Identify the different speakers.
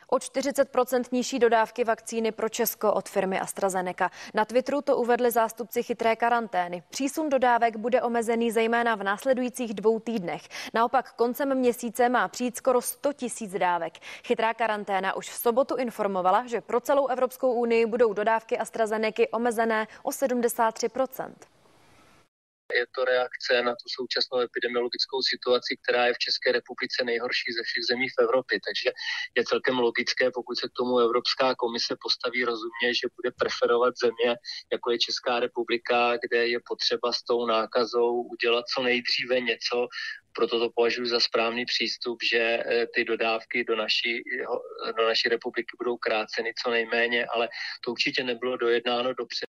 Speaker 1: O 40% nižší dodávky vakcíny pro Česko od firmy AstraZeneca. Na Twitteru to uvedli zástupci chytré karantény. Přísun dodávek bude omezený zejména v následujících 2 týdnech. Naopak koncem měsíce má přijít skoro 100 000 dávek. Chytrá karanténa už v sobotu informovala, že pro celou Evropskou unii budou dodávky AstraZenecy omezené o 73%.
Speaker 2: Je to reakce na tu současnou epidemiologickou situaci, která je v České republice nejhorší ze všech zemí v Evropě. Takže je celkem logické, pokud se k tomu Evropská komise postaví rozumně, že bude preferovat země, jako je Česká republika, kde je potřeba s tou nákazou udělat co nejdříve něco. Proto to považuji za správný přístup, že ty dodávky do naší republiky budou kráceny co nejméně, ale to určitě nebylo dojednáno dopředu.